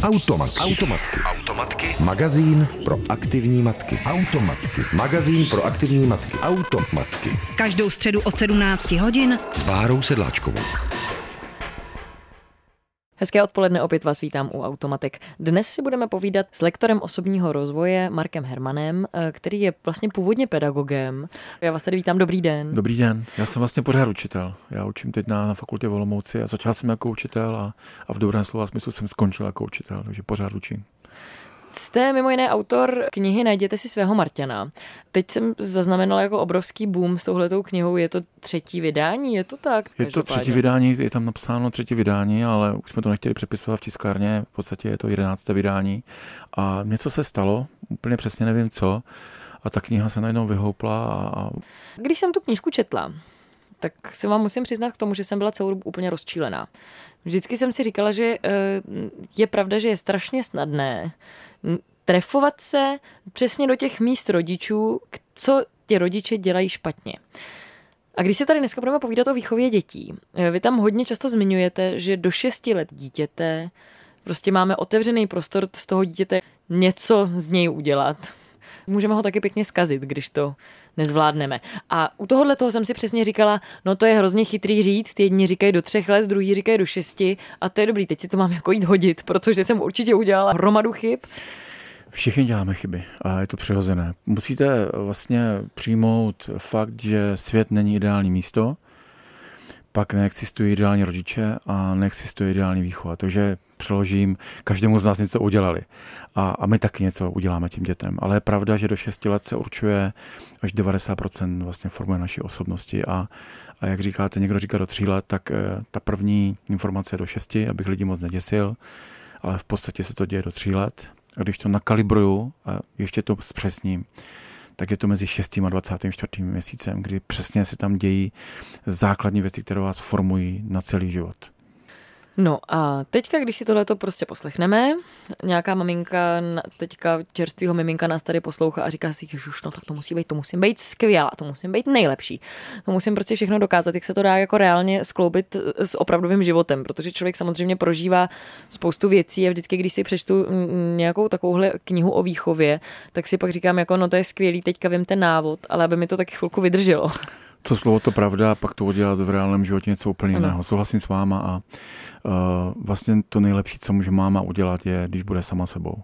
Automatky. Magazín pro aktivní matky. Magazín pro aktivní matky. Automatky. Každou středu od 17 hodin S Bárou Sedláčkovou. Hezké odpoledne, opět vás vítám u Automatek. Dnes si budeme povídat s lektorem osobního rozvoje Markem Hermanem, který je vlastně původně pedagogem. Já vás tady vítám, dobrý den. Dobrý den, já jsem vlastně pořád učitel. Já učím teď na fakultě v Olomouci a začal jsem jako učitel a v dobrém slova smyslu jsem skončil jako učitel, takže pořád učím. Jste mimo jiné autor knihy Najděte si svého Marťana. Teď jsem zaznamenala jako obrovský boom s touhletou knihou. Je to 3. vydání, je to tak? Je to 3. vydání, je tam napsáno 3. vydání, ale už jsme to nechtěli přepisovat v tiskárně, v podstatě je to 11. vydání. A něco se stalo, úplně přesně nevím co, a ta kniha se najednou vyhoupla. Když jsem tu knížku četla, tak se vám musím přiznat k tomu, že jsem byla celou dobu úplně rozčílená. Vždycky jsem si říkala, že je pravda, že je strašně snadné trefovat se přesně do těch míst rodičů, co ti rodiče dělají špatně. A když se tady dneska budeme povídat o výchově dětí, vy tam hodně často zmiňujete, že do 6 let dítěte prostě máme otevřený prostor z toho dítěte něco z něj udělat. Můžeme ho taky pěkně zkazit, když to nezvládneme. A u tohohle toho jsem si přesně říkala, no to je hrozně chytrý říct, jedni říkají do 3 let, druhý říkají do 6 a to je dobrý, teď si to mám jako jít hodit, protože jsem určitě udělala hromadu chyb. Všichni děláme chyby a je to přirozené. Musíte vlastně přijmout fakt, že svět není ideální místo, pak neexistují ideální rodiče a neexistuje ideální výchova. Takže přeložím, každému z nás něco udělali. A my taky něco uděláme těm dětem. Ale je pravda, že do 6 let se určuje až 90% vlastně formuje naší osobnosti. A jak říkáte, někdo říká do 3 let, tak ta první informace je do 6, abych lidi moc neděsil, ale v podstatě se to děje do 3 let. A když to nakalibruju a ještě to zpřesním, tak je to mezi 6. a 24. měsícem, kdy přesně se tam dějí základní věci, které vás formují na celý život. No a teďka, když si tohleto prostě poslechneme, nějaká maminka, teďka čerstvýho miminka nás tady poslouchá a říká si, ježiš, no tak to musím být skvělá, to musím být nejlepší. To musím prostě všechno dokázat, jak se to dá jako reálně skloubit s opravdovým životem, protože člověk samozřejmě prožívá spoustu věcí a vždycky, když si přečtu nějakou takovouhle knihu o výchově, tak si pak říkám, jako no to je skvělý, teďka vím ten návod, ale aby mi to taky chvilku vydrželo. To slovo to pravda, pak to udělat v reálném životě něco úplně jiného. Souhlasím s váma a vlastně to nejlepší, co může máma udělat, je, když bude sama sebou.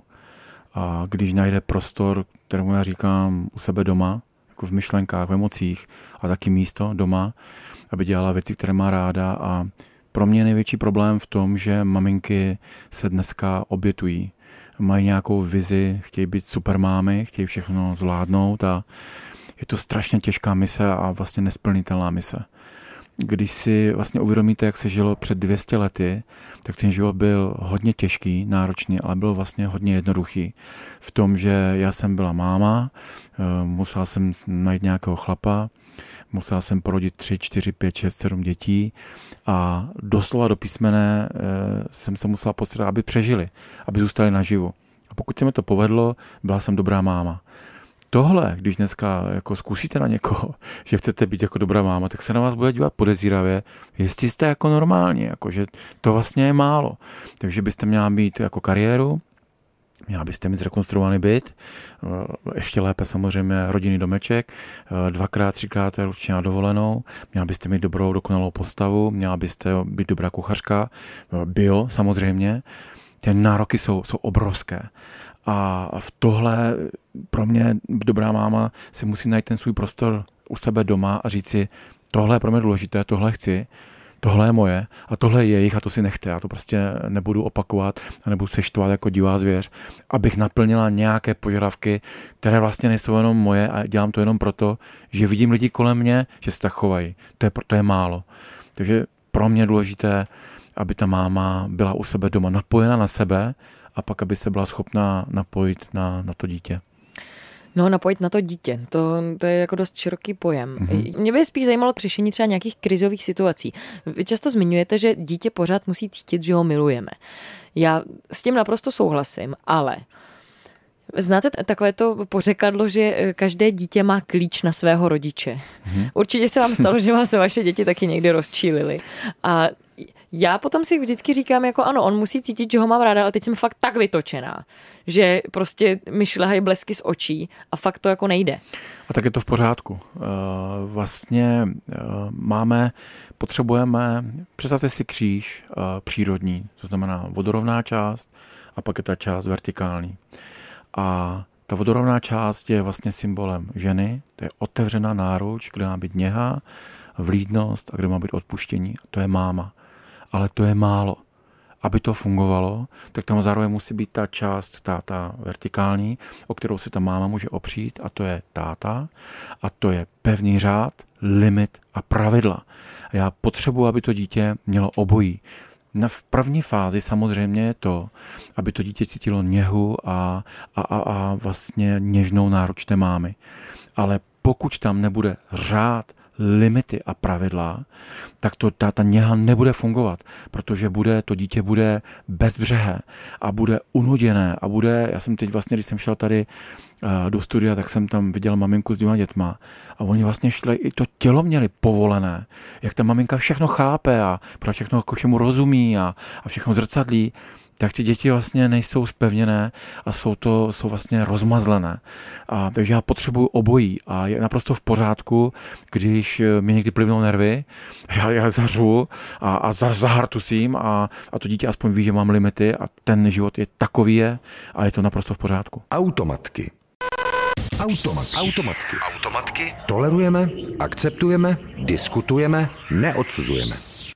A když najde prostor, kterému já říkám u sebe doma, jako v myšlenkách, v emocích a taky místo doma, aby dělala věci, které má ráda. A pro mě je největší problém v tom, že maminky se dneska obětují. Mají nějakou vizi, chtějí být supermámy, chtějí všechno zvládnout a je to strašně těžká mise a vlastně nesplnitelná mise. Když si vlastně uvědomíte, jak se žilo před 200 lety, tak ten život byl hodně těžký, náročný, ale byl vlastně hodně jednoduchý. V tom, že já jsem byla máma, musela jsem najít nějakého chlapa, musela jsem porodit 3, 4, 5, 6, 7 dětí a doslova do písmene jsem se musela postarat, aby přežili, aby zůstali naživu. A pokud se mi to povedlo, byla jsem dobrá máma. Tohle, když dneska jako zkusíte na někoho, že chcete být jako dobrá máma, tak se na vás bude dívat podezíravě, jestli jste jako normální, jako že to vlastně je málo. Takže byste měla mít jako kariéru, měla byste mít zrekonstruovaný byt, ještě lépe samozřejmě rodinný domeček, 2x, 3x ročně na dovolenou, měla byste mít dobrou, dokonalou postavu, měla byste být dobrá kuchařka, bio samozřejmě. Ty nároky jsou obrovské. A v tohle pro mě dobrá máma si musí najít ten svůj prostor u sebe doma a říct si, tohle je pro mě důležité, tohle chci, tohle je moje a tohle je jejich a to si nechte. Já to prostě nebudu opakovat a nebudu se štvat jako divá zvěř, abych naplnila nějaké požadavky, které vlastně nejsou jenom moje a dělám to jenom proto, že vidím lidi kolem mě, že se tak chovají. To je málo. Takže pro mě je důležité, aby ta máma byla u sebe doma napojena na sebe a pak, aby se byla schopná napojit na to dítě. No, napojit na to dítě, to je jako dost široký pojem. Mě by spíš zajímalo řešení třeba nějakých krizových situací. Vy často zmiňujete, že dítě pořád musí cítit, že ho milujeme. Já s tím naprosto souhlasím, ale znáte takové to pořekadlo, že každé dítě má klíč na svého rodiče. Určitě se vám stalo, že vás vaše děti taky někdy rozčílily. A Já potom si vždycky říkám, jako ano, on musí cítit, že ho mám ráda, ale teď jsem fakt tak vytočená, že prostě mi šlehají blesky z očí a fakt to jako nejde. A tak je to v pořádku. Vlastně potřebujeme, představte si kříž přírodní, to znamená vodorovná část a pak je ta část vertikální. A ta vodorovná část je vlastně symbolem ženy, to je otevřená náruč, kde má být něha, vlídnost a kde má být odpuštění. To je máma. Ale to je málo. Aby to fungovalo, tak tam zároveň musí být ta část, ta vertikální, o kterou si ta máma může opřít, a to je táta, a to je pevný řád, limit a pravidla. A já potřebuji, aby to dítě mělo obojí. V první fázi samozřejmě je to, aby to dítě cítilo něhu a vlastně něžnou náruč té mámy. Ale pokud tam nebude řád, limity a pravidla, tak ta něha nebude fungovat, protože to dítě bude bezbřehé a bude unuděné a já jsem teď vlastně, když jsem šel tady do studia, tak jsem tam viděl maminku s 2 dětma a oni vlastně šli, i to tělo měli povolené, jak ta maminka všechno chápe a pro všechno k čemu rozumí a všechno zrcadlí, tak ty děti vlastně nejsou zpevněné a jsou vlastně rozmazlené. Takže já potřebuju obojí a je naprosto v pořádku, když mi někdy plivnou nervy, já zařu a zahartusím a to dítě aspoň ví, že mám limity a ten život je takový a je to naprosto v pořádku. Automatky. Automatky. Tolerujeme, akceptujeme, diskutujeme, neodsuzujeme.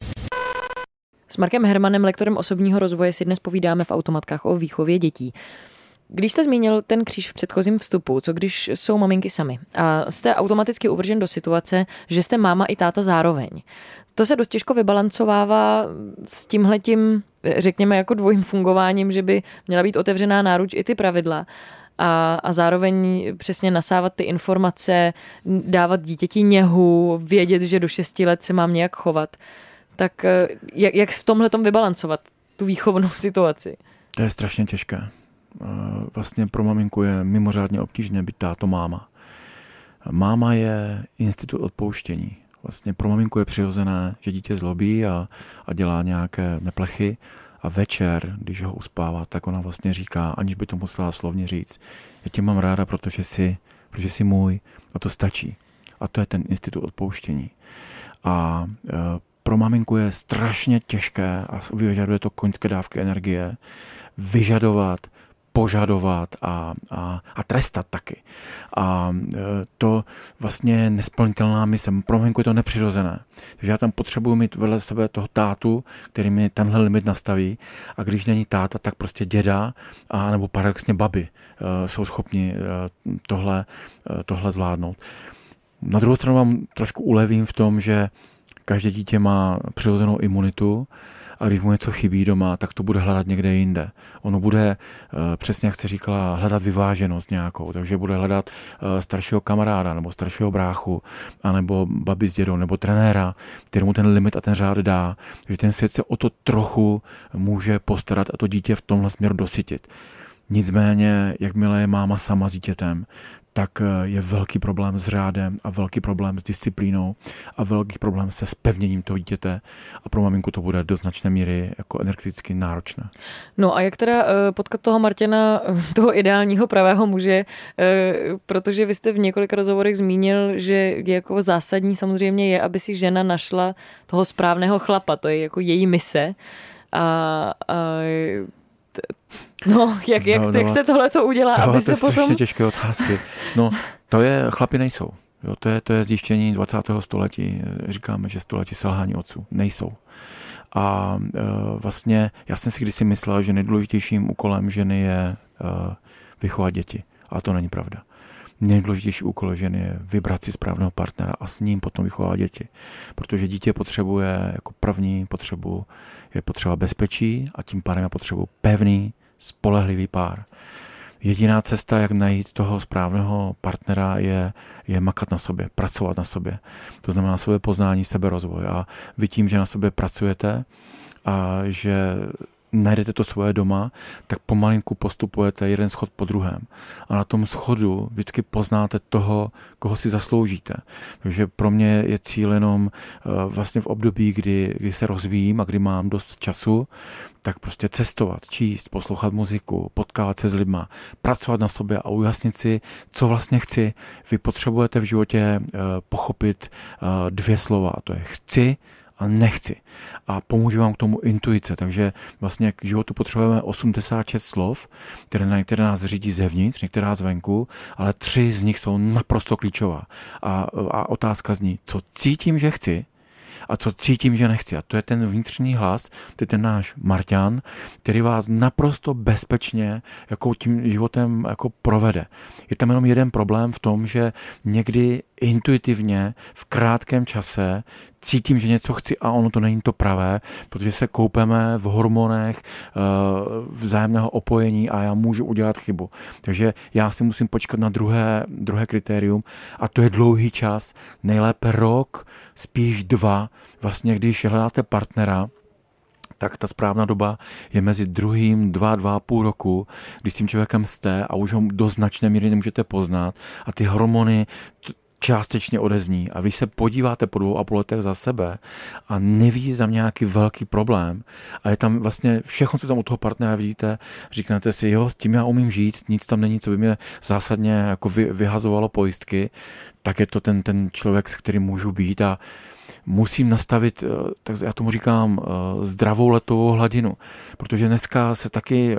S Markem Hermanem, lektorem osobního rozvoje, si dnes povídáme v Automatkách o výchově dětí. Když jste zmínil ten kříž v předchozím vstupu, co když jsou maminky sami a jste automaticky uvržen do situace, že jste máma i táta zároveň. To se dost těžko vybalancovává s tímhletím, řekněme, jako dvojím fungováním, že by měla být otevřená náruč i ty pravidla a zároveň přesně nasávat ty informace, dávat dítěti něhu, vědět, že do 6 let se mám nějak chovat. Tak jak v tomhletom vybalancovat tu výchovnou situaci? To je strašně těžké. Vlastně pro maminku je mimořádně obtížné být táto máma. Máma je institut odpouštění. Vlastně pro maminku je přirozené, že dítě zlobí a dělá nějaké neplechy a večer, když ho uspává, tak ona vlastně říká, aniž by to musela slovně říct, já tě mám ráda, protože jsi můj a to stačí. A to je ten institut odpouštění. A pro maminku je strašně těžké a vyžaduje to koňské dávky energie vyžadovat, požadovat a trestat taky. A to vlastně je nesplnitelná mise. Pro maminku je to nepřirozené. Takže já tam potřebuji mít vedle sebe toho tátu, který mi tenhle limit nastaví, a když není táta, tak prostě děda a nebo paradoxně babi jsou schopni tohle zvládnout. Na druhou stranu vám trošku ulevím v tom, že každé dítě má přirozenou imunitu a když mu něco chybí doma, tak to bude hledat někde jinde. Ono bude, přesně jak jste říkala, hledat vyváženost nějakou, takže bude hledat staršího kamaráda nebo staršího bráchu, anebo babi s dědou, nebo trenéra, kterému ten limit a ten řád dá. Takže ten svět se o to trochu může postarat a to dítě v tomhle směru dosytit. Nicméně, jakmile je máma sama s dítětem, tak je velký problém s řádem a velký problém s disciplínou a velký problém se zpevněním toho dítěte a pro maminku to bude do značné míry jako energeticky náročné. No a jak teda potkat toho Martina, toho ideálního pravého muže, protože vy jste v několika rozhovorech zmínil, že jako zásadní samozřejmě je, aby si žena našla toho správného chlapa, to je jako její mise jak se tohleto udělá, aby se potom... To je strašně těžké otázky. No, chlapi nejsou. Jo, to je zjištění 20. století. Říkáme, že století selhání otců. Nejsou. A vlastně, já jsem si kdysi myslel, že nejdůležitějším úkolem ženy je vychovat děti. Ale to není pravda. Nejdůležitější úkol ženy je vybrat si správného partnera a s ním potom vychovat děti. Protože dítě potřebuje jako první potřebu, je potřeba bezpečí a tím pádem je potřebu pevný, spolehlivý pár. Jediná cesta, jak najít toho správného partnera, je makat na sobě, pracovat na sobě. To znamená sebepoznání, seberozvoj. A vy tím, že na sobě pracujete a že najdete to svoje doma, tak pomalinku postupujete jeden schod po druhém. A na tom schodu vždycky poznáte toho, koho si zasloužíte. Takže pro mě je cíl jenom vlastně v období, kdy se rozvíjím a kdy mám dost času, tak prostě cestovat, číst, poslouchat muziku, potkávat se s lidma, pracovat na sobě a ujasnit si, co vlastně chci. Vy potřebujete v životě pochopit 2 slova, a to je chci a nechci. A pomůže vám k tomu intuice. Takže vlastně k životu potřebujeme 86 slov, které nás řídí zevnitř, některá zvenku, ale 3 z nich jsou naprosto klíčová. A otázka zní, co cítím, že chci, a co cítím, že nechci. A to je ten vnitřní hlas, to je ten náš Marťan, který vás naprosto bezpečně jako tím životem jako provede. Je tam jenom jeden problém v tom, že někdy intuitivně v krátkém čase cítím, že něco chci a ono to není to pravé, protože se koupeme v hormonech vzájemného opojení a já můžu udělat chybu. Takže já si musím počkat na druhé kritérium a to je dlouhý čas, nejlépe rok, spíš 2. Vlastně když hledáte partnera, tak ta správná doba je mezi druhým 2,5 roku, když s tím člověkem jste a už ho do značné míry nemůžete poznat a ty hormony částečně odezní. A když se podíváte po 2,5 letech za sebe a nevidíte tam nějaký velký problém a je tam vlastně všechno, co tam u toho partnera vidíte, říkáte si, jo, s tím já umím žít, nic tam není, co by mě zásadně jako vyhazovalo pojistky, tak je to ten člověk, s kterým můžu být a musím nastavit, tak já tomu říkám, zdravou letovou hladinu, protože dneska se taky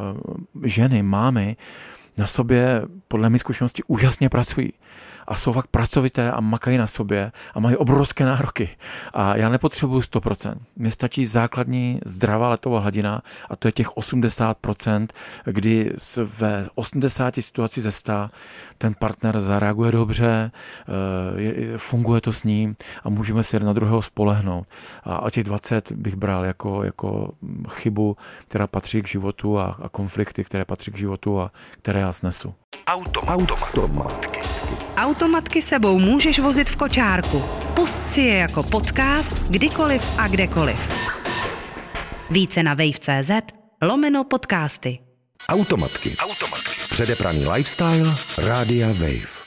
ženy, mámy na sobě, podle mé zkušenosti, úžasně pracují. A jsou fakt pracovité a makají na sobě a mají obrovské nároky. A já nepotřebuju 100%. Mně stačí základní zdravá letová hladina a to je těch 80%, kdy ve 80 situací ze 100 ten partner zareaguje dobře, funguje to s ním a můžeme se jeden na druhého spolehnout. A těch 20 bych bral jako chybu, která patří k životu a konflikty, které patří k životu a které já snesu. Automatky. Automatky sebou můžeš vozit v kočárku. Pust si je jako podcast kdykoliv a kdekoliv. Více na wave.cz/podcasty. Automatky. Předepraný lifestyle Rádia Wave.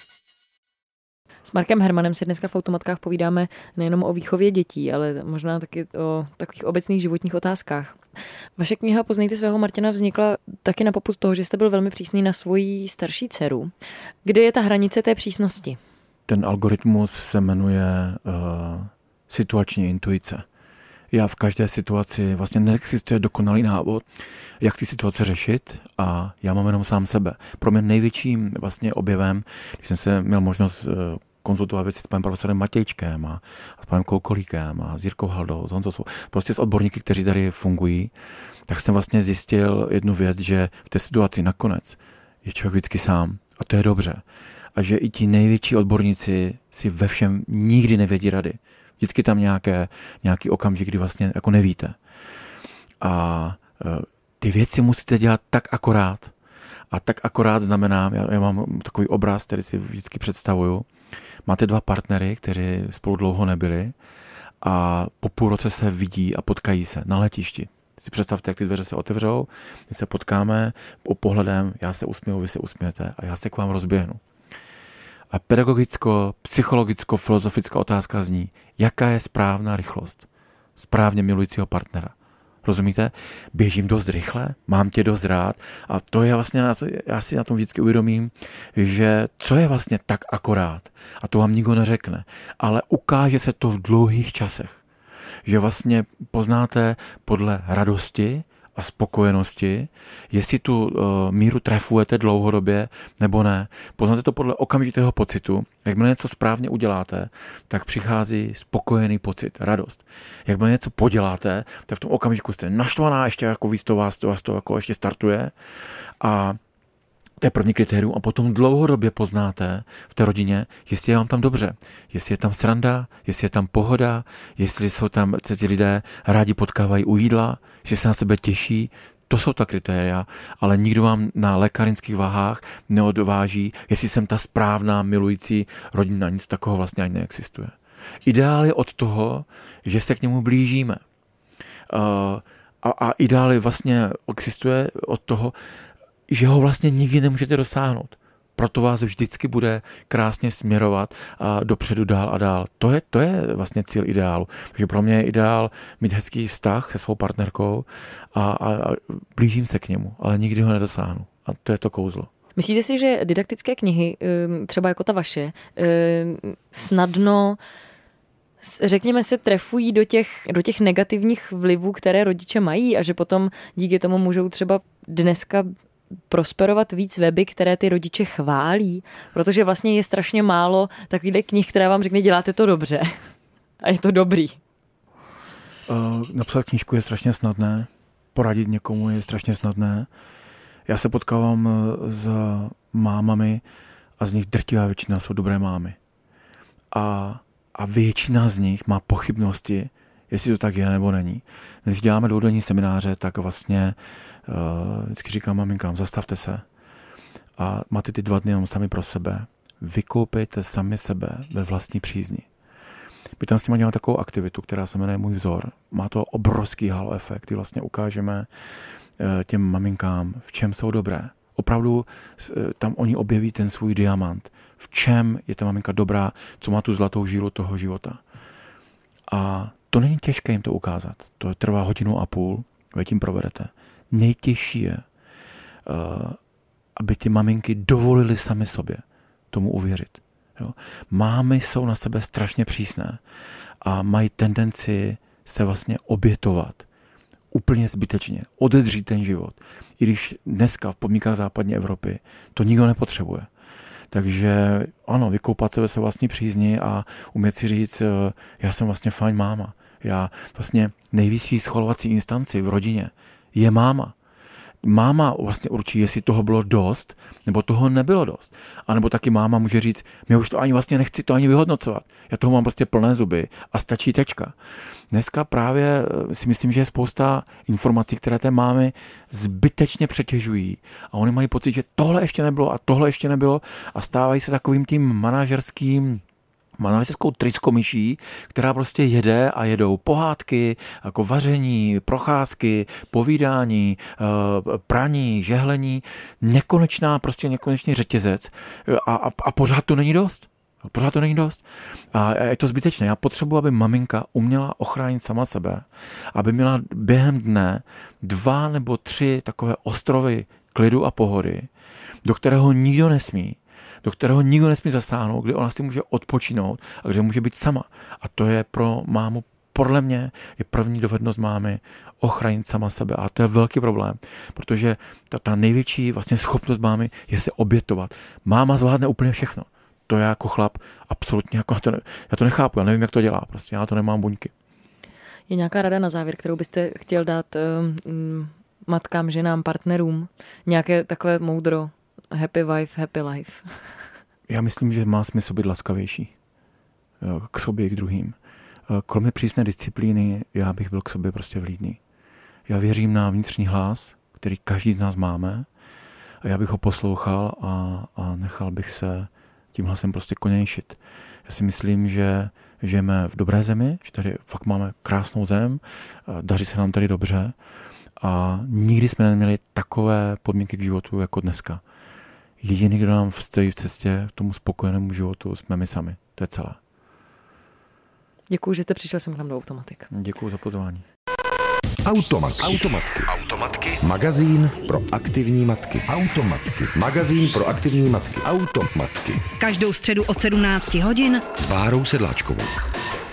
S Markem Hermanem si dneska v Automatkách povídáme nejenom o výchově dětí, ale možná taky o takových obecných životních otázkách. Vaše kniha Poznejte svého Martina vznikla taky na popud toho, že jste byl velmi přísný na svoji starší dceru. Kde je ta hranice té přísnosti? Ten algoritmus se jmenuje situační intuice. Já v každé situaci vlastně neexistuje dokonalý návod, jak ty situace řešit a já mám jenom sám sebe. Pro mě největším vlastně objevem, když jsem se měl možnost konzultovat věci s panem profesorem Matějčkem a s panem Koukolíkem a s Jirkou Haldou, prostě s odborníky, kteří tady fungují, tak jsem vlastně zjistil jednu věc, že v té situaci nakonec je člověk vždycky sám a to je dobře. A že i ti největší odborníci si ve všem nikdy nevědí rady. Vždycky tam nějaký okamžik, kdy vlastně jako nevíte. A ty věci musíte dělat tak akorát. A tak akorát znamená, já mám takový obraz, který si vždycky představuju. Máte 2 partnery, kteří spolu dlouho nebyli a po půl roce se vidí a potkají se na letišti. Si představte, jak ty dveře se otevřou, my se potkáme pohledem, já se usměju, vy se usmějete a já se k vám rozběhnu. A pedagogicko-psychologicko-filozofická otázka zní, jaká je správná rychlost správně milujícího partnera. Rozumíte? Běžím dost rychle, mám tě dost rád a to je vlastně, já si na tom vždycky uvědomím, že co je vlastně tak akorát a to vám nikdo neřekne, ale ukáže se to v dlouhých časech. Že vlastně poznáte podle radosti a spokojenosti, jestli tu míru trefujete dlouhodobě nebo ne. Poznáte to podle okamžitého pocitu. Jakmile něco správně uděláte, tak přichází spokojený pocit, radost. Jakmile něco poděláte, tak v tom okamžiku jste naštvaná, ještě jako víc to vás to jako ještě startuje a to je první kritérium a potom dlouhodobě poznáte v té rodině, jestli je vám tam dobře, jestli je tam sranda, jestli je tam pohoda, jestli jsou tam ti lidé rádi potkávají u jídla, jestli se na sebe těší. To jsou ta kritéria, ale nikdo vám na lékařských váhách neodváží, jestli jsem ta správná milující rodina, nic takového vlastně ani neexistuje. Ideál je od toho, že se k němu blížíme. A ideál vlastně existuje od toho, že ho vlastně nikdy nemůžete dosáhnout. Proto vás vždycky bude krásně směrovat a dopředu dál a dál. To je vlastně cíl ideálu. Takže pro mě je ideál mít hezký vztah se svou partnerkou a blížím se k němu, ale nikdy ho nedosáhnu. A to je to kouzlo. Myslíte si, že didaktické knihy, třeba jako ta vaše, snadno, řekněme se, trefují do těch negativních vlivů, které rodiče mají a že potom díky tomu můžou třeba dneska prosperovat víc weby, které ty rodiče chválí? Protože vlastně je strašně málo takových knih, které vám řekne, děláte to dobře. A je to dobrý. Napsat knížku je strašně snadné. Poradit někomu je strašně snadné. Já se potkávám s mámami a z nich drtivá většina jsou dobré mámy. A většina z nich má pochybnosti, jestli to tak je nebo není. Když děláme dvoudenní semináře, tak vlastně vždycky říkám maminkám, zastavte se a máte ty 2 dny jenom sami pro sebe. Vykoupejte sami sebe ve vlastní přízni. My tam s nimi děláme takovou aktivitu, která se jmenuje Můj vzor. Má to obrovský halo efekt, kdy vlastně ukážeme těm maminkám, v čem jsou dobré. Opravdu tam oni objeví ten svůj diamant. V čem je ta maminka dobrá, co má tu zlatou žílu toho života. A to není těžké jim to ukázat. To trvá 1,5 hodiny, vy tím provedete. Nejtěžší je, aby ty maminky dovolily sami sobě tomu uvěřit. Jo? Mámy jsou na sebe strašně přísné a mají tendenci se vlastně obětovat úplně zbytečně, odedřít ten život. I když dneska v podmínkách západní Evropy to nikdo nepotřebuje. Takže ano, vykoupat se ve své vlastní přízni a umět si říct, já jsem vlastně fajn máma. Já vlastně nejvyšší schvalovací instanci v rodině je máma. Máma vlastně určí, jestli toho bylo dost, nebo toho nebylo dost. A nebo taky máma může říct, mě už to ani vlastně nechci to ani vyhodnocovat. Já toho mám prostě plné zuby a stačí tečka. Dneska právě si myslím, že je spousta informací, které té mámy zbytečně přetěžují. A oni mají pocit, že tohle ještě nebylo a tohle ještě nebylo a stávají se takovým tím manažerskou tryskomyší, která prostě jede a jedou pohádky, jako vaření, procházky, povídání, praní, žehlení, nekonečný řetězec a pořád to není dost. Pořád to není dost. A je to zbytečné. Já potřebuji, aby maminka uměla ochránit sama sebe, aby měla během dne 2 nebo 3 takové ostrovy klidu a pohody, do kterého nikdo nesmí zasáhnout, kde ona si může odpočinout a kde může být sama. A to je pro mámu, podle mě, je první dovednost mámy ochránit sama sebe. A to je velký problém, protože ta největší vlastně schopnost mámy je se obětovat. Máma zvládne úplně všechno. To já jako chlap absolutně, já to nechápu, já nevím, jak to dělá, prostě já to nemám buňky. Je nějaká rada na závěr, kterou byste chtěl dát matkám, ženám, partnerům? Nějaké takové moudro? Happy wife, happy life. Já myslím, že má smysl být laskavější k sobě i k druhým. Kromě přísné disciplíny, já bych byl k sobě prostě vlídný. Já věřím na vnitřní hlas, který každý z nás máme a já bych ho poslouchal a nechal bych se tím hlasem prostě konějšit. Já si myslím, že žijeme v dobré zemi, že tady fakt máme krásnou zem, daří se nám tady dobře a nikdy jsme neměli takové podmínky k životu jako dneska. Jediný, kdo nám stojí v cestě k tomu spokojenému životu, jsme my sami. To je celé. Děkuji, že jste přišel sem k nám do Automatik. Děkuji za pozvání. Automatky. Magazín pro aktivní matky. Automatky. Magazín pro aktivní matky. Automatky. Každou středu od 17 hodin s Bárou Sedláčkovou.